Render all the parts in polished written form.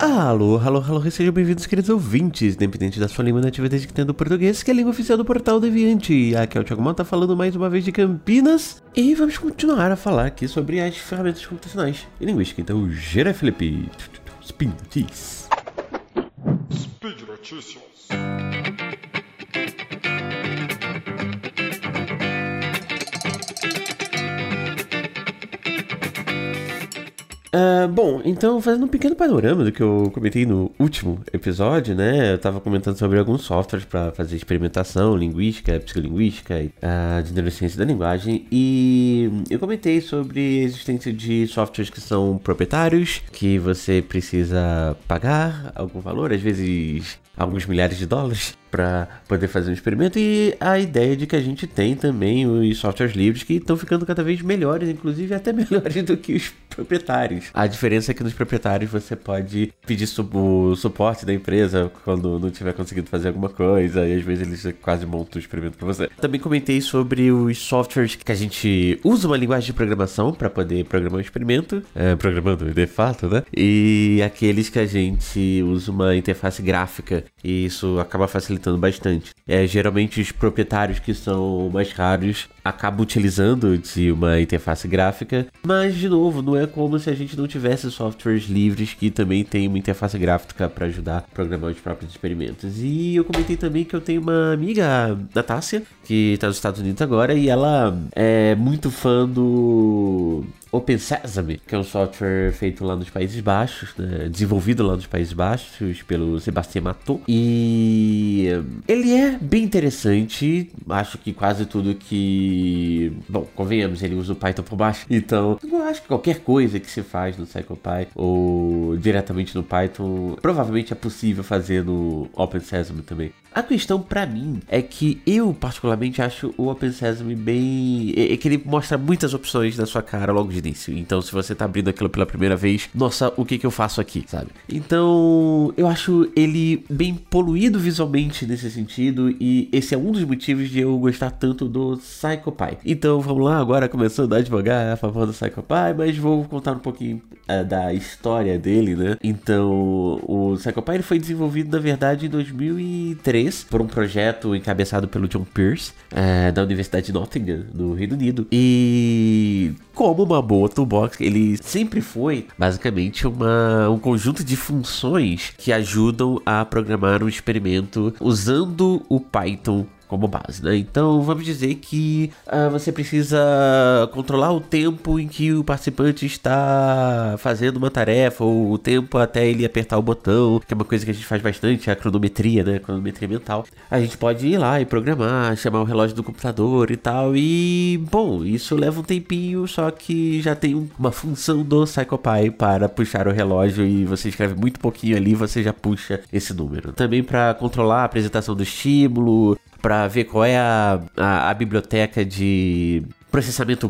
Alô, sejam bem-vindos, queridos ouvintes, independente da sua língua nativa desde que tendo português, que é a língua oficial do Portal Deviante. Aqui é o Thiago Mota falando mais uma vez de Campinas e vamos continuar a falar aqui sobre as ferramentas computacionais e linguística. Então, gira Felipe, Speed Notícias. Speed Notícias. Bom, então fazendo um pequeno panorama do que eu comentei no último episódio, né? Eu tava comentando sobre alguns softwares para fazer experimentação linguística, psicolinguística, de neurociência da linguagem, e eu comentei sobre a existência de softwares que são proprietários, que você precisa pagar algum valor, às vezes alguns milhares de dólares, para poder fazer um experimento, e a ideia de que a gente tem também os softwares livres que estão ficando cada vez melhores, inclusive até melhores do que os proprietários. A diferença é que nos proprietários você pode pedir o suporte da empresa quando não tiver conseguido fazer alguma coisa, e às vezes eles quase montam o experimento para você. Também comentei sobre os softwares que a gente usa uma linguagem de programação para poder programar um experimento, programando de fato, né? E aqueles que a gente usa uma interface gráfica, e isso acaba facilitando bastante. Geralmente os proprietários que são mais raros acabam utilizando de uma interface gráfica, mas de novo, não é como se a gente não tivesse softwares livres que também tem uma interface gráfica para ajudar a programar os próprios experimentos. E eu comentei também que eu tenho uma amiga, Natácia, que está nos Estados Unidos agora, e ela é muito fã do OpenSesame, que é um software feito lá nos Países Baixos, né? Desenvolvido lá nos Países Baixos pelo Sébastien Matteau, e ele é bem interessante. Acho que quase tudo que... Bom, convenhamos, ele usa o Python por baixo, então eu acho que qualquer coisa que se faz no CirclePy ou diretamente no Python, provavelmente é possível fazer no OpenSesame também. A questão pra mim é que eu particularmente acho o OpenSesame bem... é que ele mostra muitas opções na sua cara logo de início. Então se você tá abrindo aquilo pela primeira vez, nossa, o que eu faço aqui, sabe? Então eu acho ele bem poluído visualmente nesse sentido, e esse é um dos motivos de eu gostar tanto do CirclePy. Então vamos lá, agora começando a advogar a favor do CirclePy, mas vou contar um pouquinho da história dele, né? Então o CirclePy ele foi desenvolvido na verdade em 2003 por um projeto encabeçado pelo John Pearce, da Universidade de Nottingham, no Reino Unido. E como uma boa toolbox, ele sempre foi basicamente um conjunto de funções que ajudam a programar um experimento usando o Python como base, né? Então vamos dizer que você precisa controlar o tempo em que o participante está fazendo uma tarefa, ou o tempo até ele apertar o botão, que é uma coisa que a gente faz bastante, a cronometria, né? Cronometria mental. A gente pode ir lá e programar, chamar o relógio do computador e tal, e bom, isso leva um tempinho, só que já tem uma função do CirclePy para puxar o relógio, e você escreve muito pouquinho ali, você já puxa esse número. Também para controlar a apresentação do estímulo, para ver qual é a biblioteca de processamento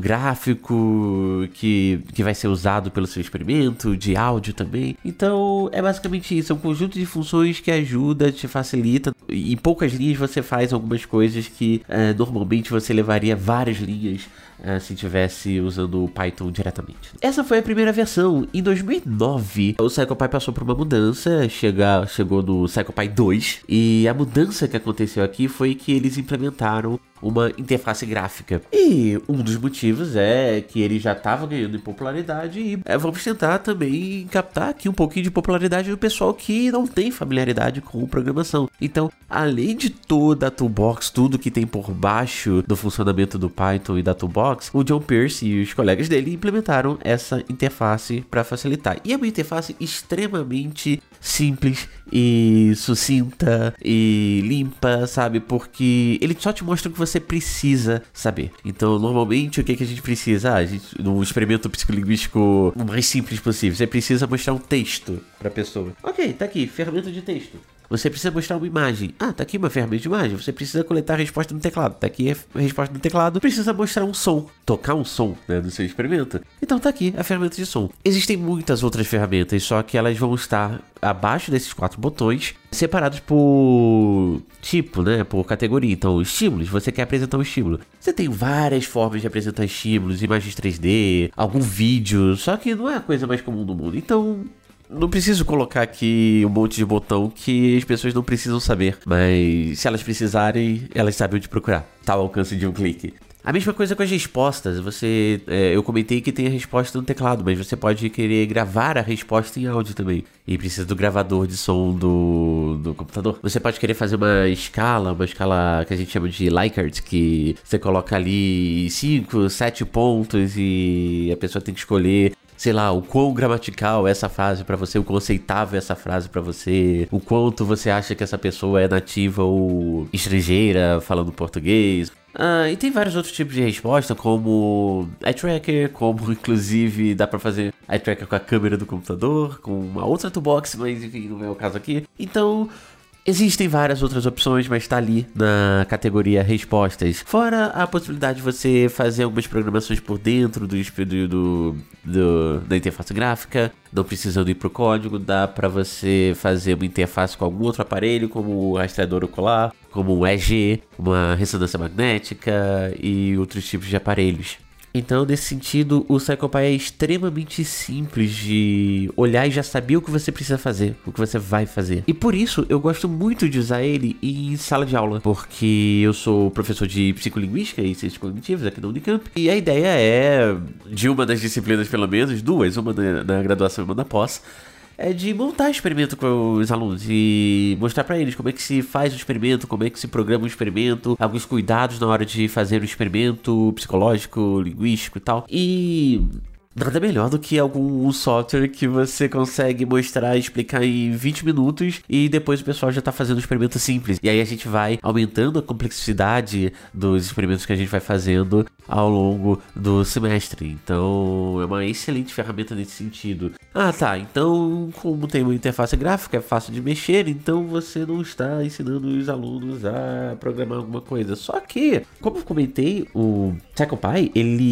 gráfico que vai ser usado pelo seu experimento, de áudio também. Então é basicamente isso, é um conjunto de funções que ajuda, te facilita. Em poucas linhas você faz algumas coisas que normalmente você levaria várias linhas se estivesse usando o Python diretamente. Essa foi a primeira versão. Em 2009, o CirclePy passou por uma mudança, chegou no CirclePy 2, e a mudança que aconteceu aqui foi que eles implementaram uma interface gráfica. E um dos motivos é que ele já estava ganhando em popularidade, e vamos tentar também captar aqui um pouquinho de popularidade do pessoal que não tem familiaridade com programação. Então, além de toda a toolbox, tudo que tem por baixo do funcionamento do Python e da toolbox, o John Pearce e os colegas dele implementaram essa interface para facilitar. E é uma interface extremamente simples e sucinta e limpa, sabe? Porque ele só te mostra o que você precisa saber. Então, normalmente, o que a gente precisa? Num experimento psicolinguístico o mais simples possível, você precisa mostrar um texto para a pessoa. Ok, tá aqui, ferramenta de texto. Você precisa mostrar uma imagem. Tá aqui uma ferramenta de imagem. Você precisa coletar a resposta no teclado. Tá aqui a resposta no teclado. Precisa mostrar um som. Tocar um som, né, do seu experimento. Então tá aqui a ferramenta de som. Existem muitas outras ferramentas, só que elas vão estar abaixo desses 4 botões, separados por tipo, né, por categoria. Então, estímulos, você quer apresentar um estímulo. Você tem várias formas de apresentar estímulos, imagens 3D, algum vídeo, só que não é a coisa mais comum do mundo. Então, não preciso colocar aqui um monte de botão que as pessoas não precisam saber, mas se elas precisarem, elas sabem onde procurar. Tá ao alcance de um clique. A mesma coisa com as respostas. Eu comentei que tem a resposta no teclado, mas você pode querer gravar a resposta em áudio também. E precisa do gravador de som do computador. Você pode querer fazer uma escala que a gente chama de Likert, que você coloca ali 5, 7 pontos e a pessoa tem que escolher, sei lá, o quão gramatical é essa frase pra você, o quão aceitável é essa frase pra você, o quanto você acha que essa pessoa é nativa ou estrangeira falando português. E tem vários outros tipos de resposta, como eye tracker, como inclusive dá pra fazer eye tracker com a câmera do computador, com uma outra toolbox, mas enfim, não é o caso aqui. Então, existem várias outras opções, mas tá ali na categoria respostas. Fora a possibilidade de você fazer algumas programações por dentro da interface gráfica, não precisando ir pro código, dá pra você fazer uma interface com algum outro aparelho, como o rastreador ocular, como um EEG, uma ressonância magnética e outros tipos de aparelhos. Então, nesse sentido, o CyclePy é extremamente simples de olhar e já saber o que você precisa fazer, o que você vai fazer. E por isso, eu gosto muito de usar ele em sala de aula, porque eu sou professor de psicolinguística e ciências cognitivas aqui na Unicamp, e a ideia é, de uma das disciplinas pelo menos, duas, uma na graduação e uma na pós, é de montar experimento com os alunos e mostrar pra eles como é que se faz o experimento, como é que se programa o experimento, alguns cuidados na hora de fazer o experimento psicológico, linguístico e tal. E nada melhor do que algum software que você consegue mostrar e explicar em 20 minutos e depois o pessoal já tá fazendo um experimento simples. E aí a gente vai aumentando a complexidade dos experimentos que a gente vai fazendo ao longo do semestre. Então é uma excelente ferramenta nesse sentido. Então como tem uma interface gráfica, é fácil de mexer, então você não está ensinando os alunos a programar alguma coisa. Só que, como eu comentei, o CyclePy,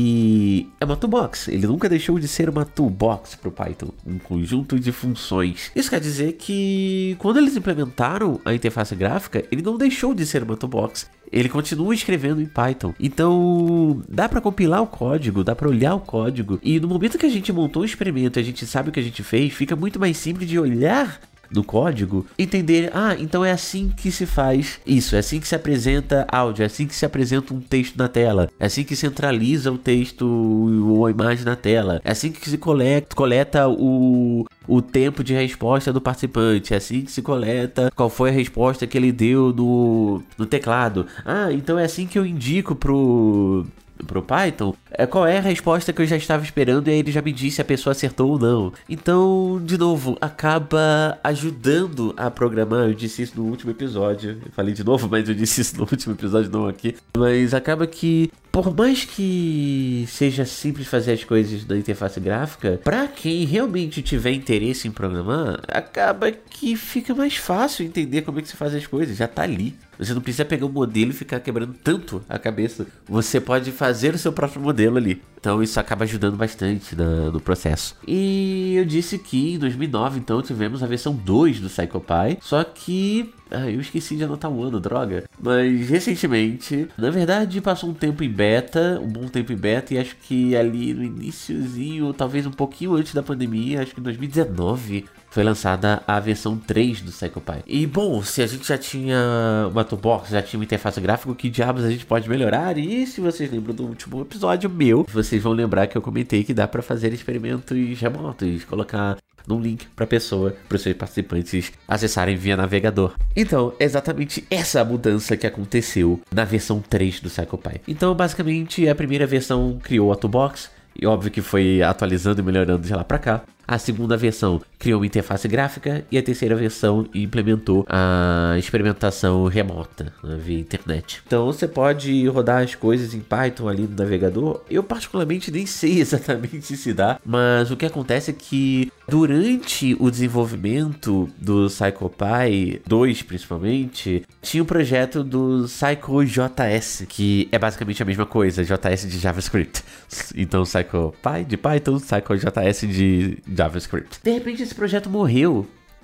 ele é uma toolbox, ele nunca deixou de ser uma toolbox para o Python, um conjunto de funções. Isso quer dizer que quando eles implementaram a interface gráfica, ele não deixou de ser uma toolbox. Ele continua escrevendo em Python. Então, dá para compilar o código, dá para olhar o código. E no momento que a gente montou o experimento e a gente sabe o que a gente fez, fica muito mais simples de olhar no código, entender, então é assim que se faz isso, é assim que se apresenta áudio, é assim que se apresenta um texto na tela, é assim que centraliza o texto ou a imagem na tela, é assim que se coleta o tempo de resposta do participante, é assim que se coleta qual foi a resposta que ele deu no teclado. Então é assim que eu indico pro Python, qual é a resposta que eu já estava esperando e aí ele já me disse se a pessoa acertou ou não. Então, de novo, acaba ajudando a programar. Eu disse isso no último episódio, eu falei de novo, mas eu disse isso no último episódio, não aqui. Mas acaba que, por mais que seja simples fazer as coisas da interface gráfica, para quem realmente tiver interesse em programar, acaba que fica mais fácil entender como é que se faz as coisas, já tá ali. Você não precisa pegar um modelo e ficar quebrando tanto a cabeça. Você pode fazer o seu próprio modelo ali. Então isso acaba ajudando bastante no processo. E eu disse que em 2009, então, tivemos a versão 2 do CyclePy. Só que eu esqueci de anotar o ano, droga. Mas recentemente, na verdade, passou um tempo em beta, um bom tempo em beta, e acho que ali no iniciozinho, talvez um pouquinho antes da pandemia, acho que em 2019, foi lançada a versão 3 do CyclePy. E bom, se a gente já tinha uma toolbox, já tinha uma interface gráfica, o que diabos a gente pode melhorar? E se vocês lembram do último episódio meu, vocês vão lembrar que eu comentei que dá pra fazer experimentos remotos, colocar num link para pessoa, para os seus participantes acessarem via navegador. Então, é exatamente essa mudança que aconteceu na versão 3 do CyclePy. Então, basicamente, a primeira versão criou a toolbox, e óbvio que foi atualizando e melhorando de lá para cá. A segunda versão criou uma interface gráfica e a terceira versão implementou a experimentação remota via internet. Então você pode rodar as coisas em Python ali no navegador. Eu particularmente nem sei exatamente se dá, mas o que acontece é que durante o desenvolvimento do CyclePy 2 principalmente, tinha um projeto do CycleJS, que é basicamente a mesma coisa, JS de JavaScript. Então CyclePy de Python, CycleJS de JavaScript. De repente esse projeto morreu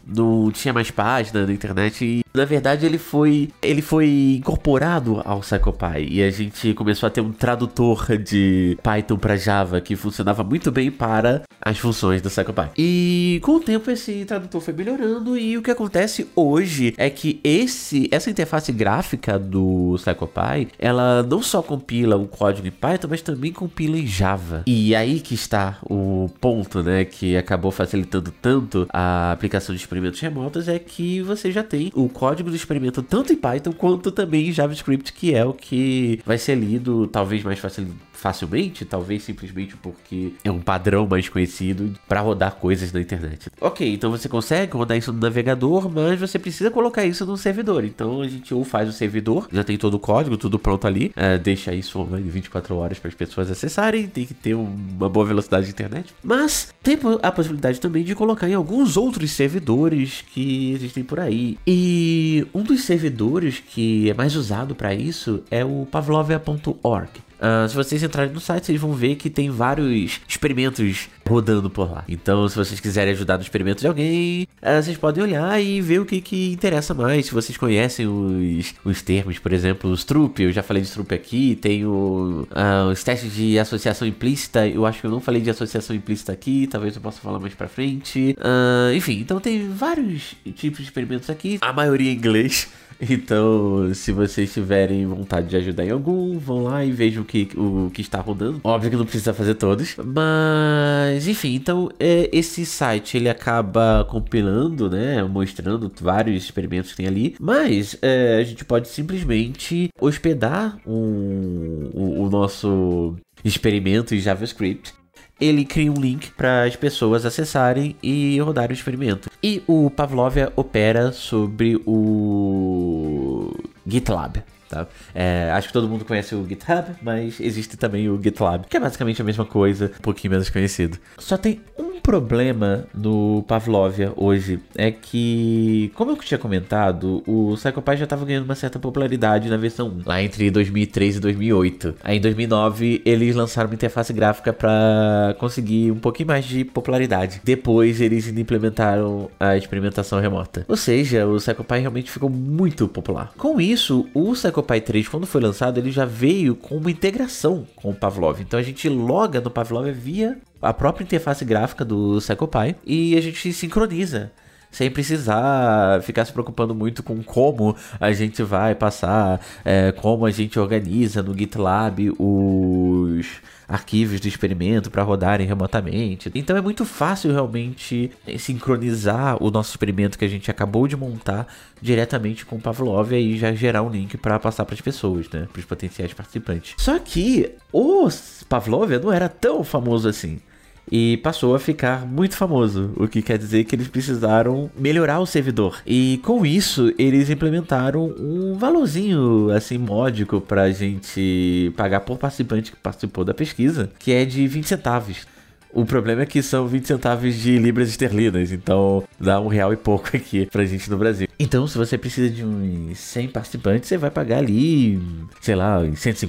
não tinha mais página na internet e, na verdade, ele foi incorporado ao CyclePy e a gente começou a ter um tradutor de Python para Java que funcionava muito bem para as funções do CyclePy. E com o tempo esse tradutor foi melhorando e o que acontece hoje é que essa interface gráfica do CyclePy, ela não só compila o código em Python, mas também compila em Java. E aí que está o ponto, né, que acabou facilitando tanto a aplicação de experimentos remotos, é que você já tem o código do experimento tanto em Python quanto também em JavaScript, que é o que vai ser lido talvez mais facilmente, talvez simplesmente porque é um padrão mais conhecido para rodar coisas na internet. Ok, então você consegue rodar isso no navegador, mas você precisa colocar isso no servidor. Então a gente ou faz o servidor, já tem todo o código, tudo pronto ali, deixa isso online 24 horas para as pessoas acessarem, tem que ter uma boa velocidade de internet, mas tem a possibilidade também de colocar em alguns outros servidores que existem por aí. E um dos servidores que é mais usado para isso é o pavlovia.org. Se vocês entrarem no site, vocês vão ver que tem vários experimentos rodando por lá. Então, se vocês quiserem ajudar no experimento de alguém, vocês podem olhar e ver o que interessa mais. Se vocês conhecem os termos, por exemplo, o Stroop, eu já falei de Stroop aqui, tem os testes de associação implícita, eu acho que eu não falei de associação implícita aqui, talvez eu possa falar mais pra frente. Enfim, então tem vários tipos de experimentos aqui, a maioria em inglês. Então, se vocês tiverem vontade de ajudar em algum, vão lá e vejam o que está rodando. Óbvio que não precisa fazer todos, mas enfim, então esse site ele acaba compilando, né, mostrando vários experimentos que tem ali, mas a gente pode simplesmente hospedar o nosso experimento em JavaScript. Ele cria um link para as pessoas acessarem e rodarem o experimento. E o Pavlovia opera sobre o GitLab. Tá? Acho que todo mundo conhece o GitHub, mas existe também o GitLab, que é basicamente a mesma coisa, um pouquinho menos conhecido. Só tem um problema no Pavlovia hoje, é que, como eu tinha comentado, o CyclePy já estava ganhando uma certa popularidade na versão 1, lá entre 2003 e 2008. Aí em 2009 eles lançaram uma interface gráfica para conseguir um pouquinho mais de popularidade. Depois eles implementaram a experimentação remota. Ou seja, o CyclePy realmente ficou muito popular. Com isso, o CyclePy 3, quando foi lançado, ele já veio com uma integração com o Pavlov. Então a gente loga no Pavlov via a própria interface gráfica do CyclePy e a gente sincroniza, sem precisar ficar se preocupando muito com como a gente vai passar, como a gente organiza no GitLab os arquivos do experimento para rodarem remotamente. Então é muito fácil realmente sincronizar o nosso experimento que a gente acabou de montar diretamente com o Pavlovia e já gerar um link para passar para as pessoas, né, para os potenciais participantes. Só que o Pavlovia não era tão famoso assim. E passou a ficar muito famoso, o que quer dizer que eles precisaram melhorar o servidor. E com isso, eles implementaram um valorzinho, assim, módico pra gente pagar por participante que participou da pesquisa, que é de 20 centavos. O problema é que são 20 centavos de libras esterlinas, então dá R$1 e pouco aqui pra gente no Brasil. Então, se você precisa de uns 100 participantes, você vai pagar ali, sei lá, mais de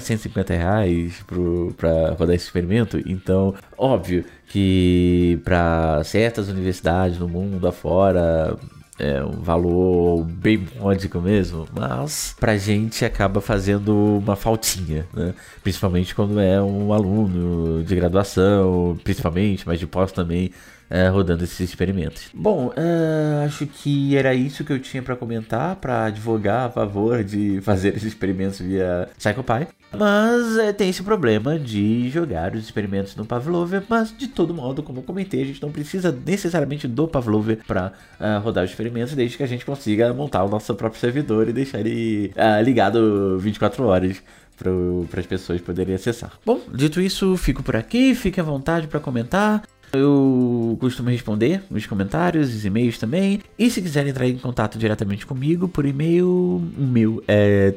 R$150 pra rodar esse experimento. Então, óbvio que pra certas universidades no mundo afora é um valor bem módico mesmo, mas pra gente acaba fazendo uma faltinha, né? Principalmente quando é um aluno de graduação, principalmente, mas de pós também, rodando esses experimentos. Bom, acho que era isso que eu tinha para comentar, para advogar a favor de fazer esses experimentos via CyclePy. Mas tem esse problema de jogar os experimentos no Pavlovia, mas de todo modo, como eu comentei, a gente não precisa necessariamente do Pavlovia para rodar os experimentos, desde que a gente consiga montar o nosso próprio servidor e deixar ele ligado 24 horas para as pessoas poderem acessar. Bom, dito isso, fico por aqui, fique à vontade para comentar. Eu costumo responder os comentários, os e-mails também. E se quiserem entrar em contato diretamente comigo por e-mail, o meu é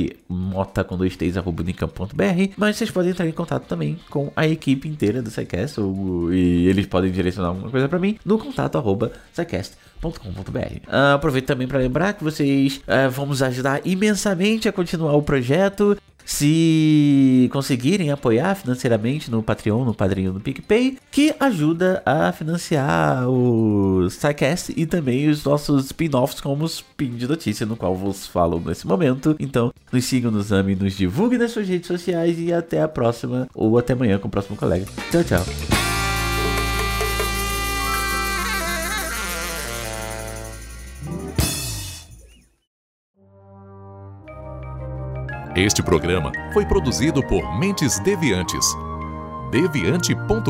thimota@unicamp.br. Mas vocês podem entrar em contato também com a equipe inteira do SciCast, e eles podem direcionar alguma coisa para mim no contato@scicast.com.br. Aproveito também para lembrar que vocês vão nos ajudar imensamente a continuar o projeto. se conseguirem apoiar financeiramente no Patreon, no Padrinho, no PicPay, que ajuda a financiar o SciCast e também os nossos spin-offs como o Spin de Notícia, no qual vos falo nesse momento. Então, nos sigam, nos amem, nos divulguem nas suas redes sociais e até a próxima, ou até amanhã com o próximo colega. Tchau, tchau. Este programa foi produzido por Mentes Deviantes. deviante.com.br.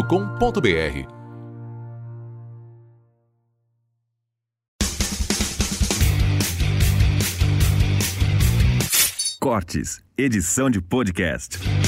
Cortes, edição de podcast.